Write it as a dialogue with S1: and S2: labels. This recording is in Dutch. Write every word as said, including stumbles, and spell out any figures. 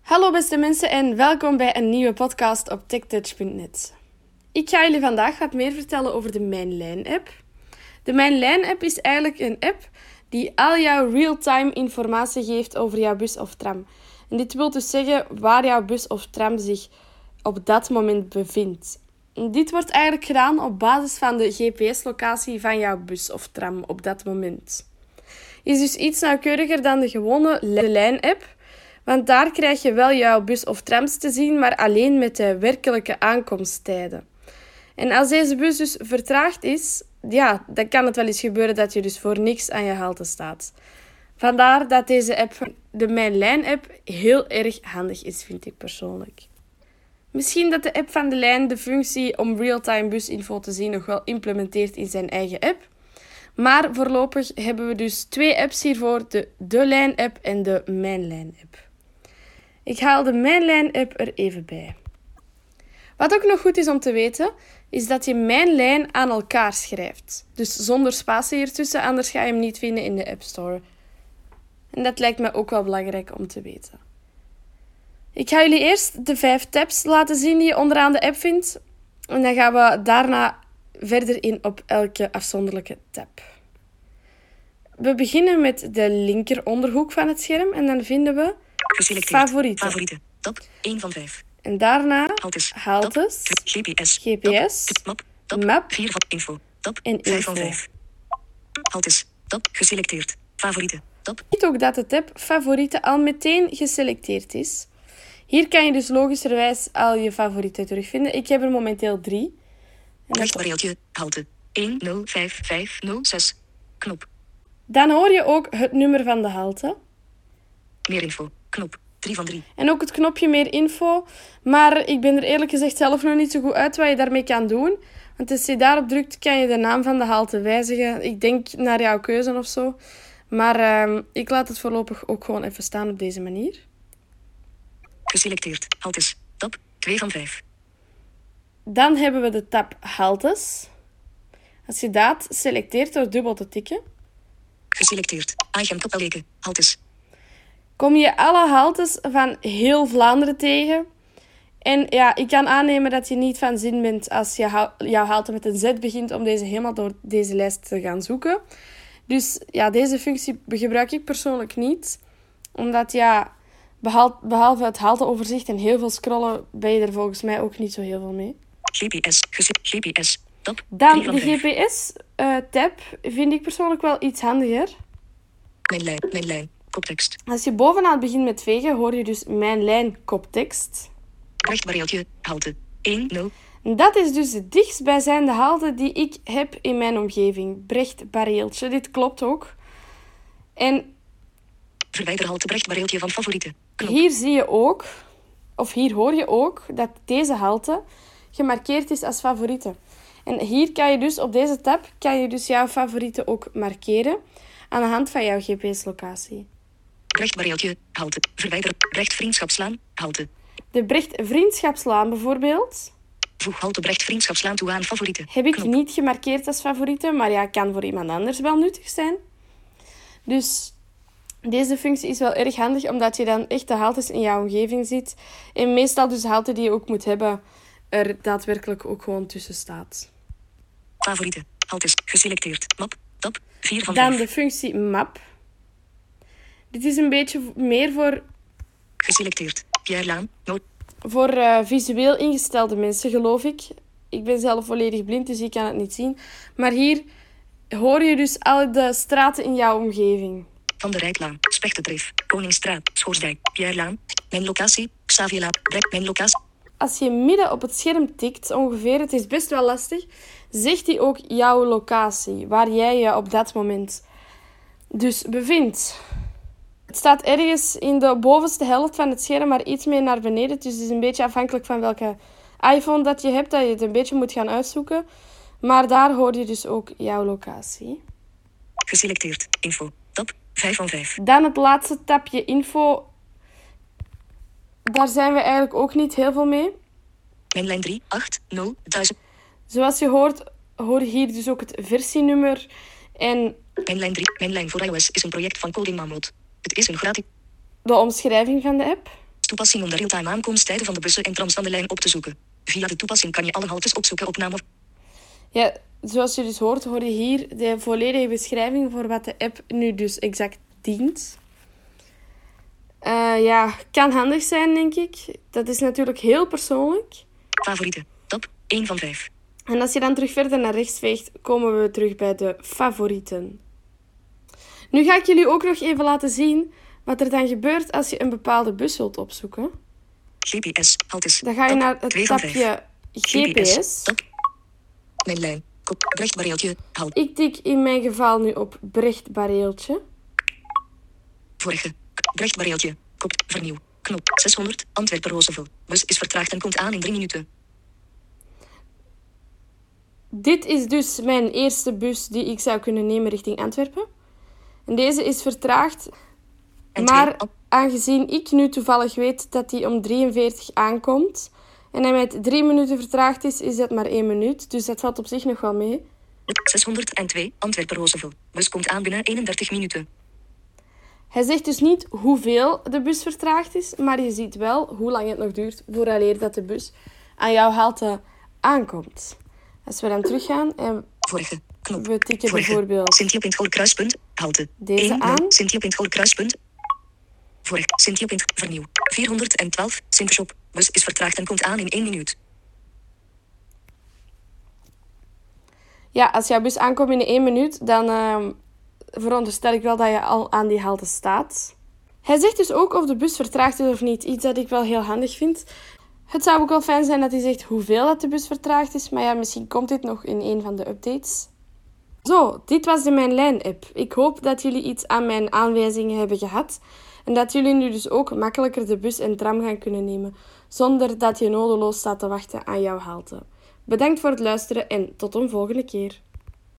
S1: Hallo beste mensen en welkom bij een nieuwe podcast op techtouch punt net. Ik ga jullie vandaag wat meer vertellen over de Mijn Lijn-app. De Mijn Lijn-app is eigenlijk een app die al jouw real-time informatie geeft over jouw bus of tram. En dit wil dus zeggen waar jouw bus of tram zich op dat moment bevindt. En dit wordt eigenlijk gedaan op basis van de G P S-locatie van jouw bus of tram op dat moment. Is dus iets nauwkeuriger dan de gewone Lijn-app. Want daar krijg je wel jouw bus of trams te zien, maar alleen met de werkelijke aankomsttijden. En als deze bus dus vertraagd is, ja, dan kan het wel eens gebeuren dat je dus voor niks aan je halte staat. Vandaar dat deze app, de Mijn Lijn-app, heel erg handig is, vind ik persoonlijk. Misschien dat de app van de Lijn de functie om real-time businfo te zien nog wel implementeert in zijn eigen app. Maar voorlopig hebben we dus twee apps hiervoor, de De Lijn-app en de Mijn Lijn-app. Ik haal de Mijn Lijn-app er even bij. Wat ook nog goed is om te weten, is dat je Mijn Lijn aan elkaar schrijft. Dus zonder spatie ertussen, anders ga je hem niet vinden in de App Store. En dat lijkt me ook wel belangrijk om te weten. Ik ga jullie eerst de vijf tabs laten zien die je onderaan de app vindt. En dan gaan we daarna verder in op elke afzonderlijke tab. We beginnen met de linker onderhoek van het scherm en dan vinden we favorieten.
S2: Favorieten. Tab één van vijf.
S1: En daarna
S2: Haltes.
S1: haltes,
S2: Tab. G P S.
S1: G P S,
S2: Tab. Map. Tab.
S1: map
S2: vier van info. Tab
S1: en
S2: vijf van
S1: info.
S2: vijf. Haltes. Tab geselecteerd. Favorieten. Tab.
S1: Je ziet ook dat de tab favorieten al meteen geselecteerd is. Hier kan je dus logischerwijs al je favorieten terugvinden. Ik heb er momenteel drie. En dat...
S2: Rechtbareeltje. Halte. één nul vijf vijf nul zes. Knop.
S1: Dan hoor je ook het nummer van de halte.
S2: Meer info. Knop. drie van drie.
S1: En ook het knopje meer info. Maar ik ben er eerlijk gezegd zelf nog niet zo goed uit wat je daarmee kan doen. Want als je daarop drukt, kan je de naam van de halte wijzigen. Ik denk naar jouw keuze of zo. Maar uh, ik laat het voorlopig ook gewoon even staan op deze manier.
S2: Geselecteerd. Haltes. Tab twee van vijf.
S1: Dan hebben we de tab haltes. Als je dat selecteert door dubbel te tikken,
S2: Geselecteerd. Agem Kapeleke. Haltes.
S1: kom je alle haltes van heel Vlaanderen tegen. En ja, ik kan aannemen dat je niet van zin bent als je ha- jouw halte met een Z begint om deze helemaal door deze lijst te gaan zoeken. Dus ja, deze functie gebruik ik persoonlijk niet. Omdat ja, behal- behalve het halteoverzicht en heel veel scrollen, ben je er volgens mij ook niet zo heel veel mee.
S2: G P S. Gese- G P S. Tab
S1: Dan
S2: drie van
S1: de
S2: vijf.
S1: G P S-tab vind ik persoonlijk wel iets handiger.
S2: Mijn lijn. Mijn lijn. Koptekst.
S1: Als je bovenaan begint met vegen, hoor je dus Mijn Lijn koptekst.
S2: Rechtbareeltje. Halte. één nul.
S1: En dat is dus de dichtstbijzijnde halte die ik heb in mijn omgeving. Brecht Bareeltje. Dit klopt ook. En
S2: Verwijder halte Brecht Bareeltje van favorieten. Knop.
S1: hier zie je ook, of hier hoor je ook, dat deze halte gemarkeerd is als favorieten. En hier kan je dus, op deze tab, kan je dus jouw favorieten ook markeren aan de hand van jouw G P S-locatie.
S2: Brecht Bareeltje. Halte. Verwijder. Brecht Vriendschapslaan. Halte.
S1: De Brecht Vriendschapslaan bijvoorbeeld,
S2: Voeg halte Brecht Vriendschapslaan toe aan favorieten.
S1: heb ik
S2: Knop.
S1: niet gemarkeerd als favorieten, maar ja, kan voor iemand anders wel nuttig zijn. Dus deze functie is wel erg handig, omdat je dan echt de haltes in jouw omgeving ziet. En meestal dus de halte die je ook moet hebben, er daadwerkelijk ook gewoon tussen staat.
S2: Favorieten. Haltes. Geselecteerd. Map. Tab. vier van
S1: Dan
S2: vijf.
S1: de functie map. Dit is een beetje meer voor,
S2: Geselecteerd. Pierre Laan. Noot.
S1: voor uh, visueel ingestelde mensen, geloof ik. Ik ben zelf volledig blind, dus ik kan het niet zien. Maar hier hoor je dus al de straten in jouw omgeving.
S2: Van de Rijklaan. Spechtendreef. Koningsstraat. Schoorsdijk. Pierre Laan. Mijn locatie. Xavierlaan. Brecht. Mijn locatie.
S1: Als je midden op het scherm tikt, ongeveer, het is best wel lastig, zegt hij ook jouw locatie, waar jij je op dat moment dus bevindt. Het staat ergens in de bovenste helft van het scherm, maar iets meer naar beneden. Dus het is een beetje afhankelijk van welke iPhone dat je hebt, dat je het een beetje moet gaan uitzoeken. Maar daar hoor je dus ook jouw locatie.
S2: Geselecteerd. Info. Tab. vijf van vijf.
S1: Dan het laatste tabje info. Daar zijn we eigenlijk ook niet heel veel mee.
S2: Mijn lijn drie acht nul duizend.
S1: Zoals je hoort, hoor je hier dus ook het versienummer. En
S2: Mijn lijn drie. Mijn lijn voor iOS is een project van Coding Mammoth. Het is een gratis.
S1: de omschrijving van de app.
S2: toepassing om de real-time aankomsttijden van de bussen en trams van de lijn op te zoeken. Via de toepassing kan je alle haltes opzoeken op naam of...
S1: Ja, zoals je dus hoort, hoor je hier de volledige beschrijving voor wat de app nu dus exact dient. Uh, ja, kan handig zijn, denk ik. Dat is natuurlijk heel persoonlijk.
S2: Favorieten. Top één van vijf.
S1: En als je dan terug verder naar rechts veegt, komen we terug bij de favorieten. Nu ga ik jullie ook nog even laten zien wat er dan gebeurt als je een bepaalde bus wilt opzoeken.
S2: G P S. Haltes.
S1: Dan ga je
S2: top,
S1: naar het tapje G P S.
S2: Top. Mijn lijn. Kop. Brecht Bareeltje. Halt.
S1: Ik tik in mijn geval nu op Brecht Bareeltje.
S2: Vorige. Brecht Bareeltje. Kop. Vernieuw. Knop. zeshonderd. Antwerpen Roosevelt. Bus is vertraagd en komt aan in drie minuten.
S1: Dit is dus mijn eerste bus die ik zou kunnen nemen richting Antwerpen. En deze is vertraagd. Maar aangezien ik nu toevallig weet dat die om drieënveertig aankomt en hij met drie minuten vertraagd is, is dat maar één minuut. Dus dat valt op zich nog wel mee.
S2: zeshonderdtwee. Antwerpen Roosevelt. Bus komt aan binnen eenendertig minuten.
S1: Hij zegt dus niet hoeveel de bus vertraagd is, maar je ziet wel hoe lang het nog duurt vooraleer dat de bus aan jouw halte aankomt. Als we dan teruggaan en
S2: Vorige. Knop.
S1: we tikken
S2: Vorige.
S1: bijvoorbeeld
S2: Sint-Job kruispunt. Halte.
S1: deze
S2: één,
S1: aan.
S2: Sint-Job kruispunt. Vorig. Sint-Job vernieuw. vierhonderdtwaalf. Sint-Job. Bus is vertraagd en komt aan in één minuut.
S1: Ja, als jouw bus aankomt in één minuut, dan uh, veronderstel ik wel dat je al aan die halte staat. Hij zegt dus ook of de bus vertraagd is of niet. Iets dat ik wel heel handig vind. Het zou ook wel fijn zijn dat hij zegt hoeveel dat de bus vertraagd is. Maar ja, misschien komt dit nog in een van de updates. Zo, dit was de Mijn Lijn-app. Ik hoop dat jullie iets aan mijn aanwijzingen hebben gehad. En dat jullie nu dus ook makkelijker de bus en tram gaan kunnen nemen. Zonder dat je nodeloos staat te wachten aan jouw halte. Bedankt voor het luisteren en tot een volgende keer.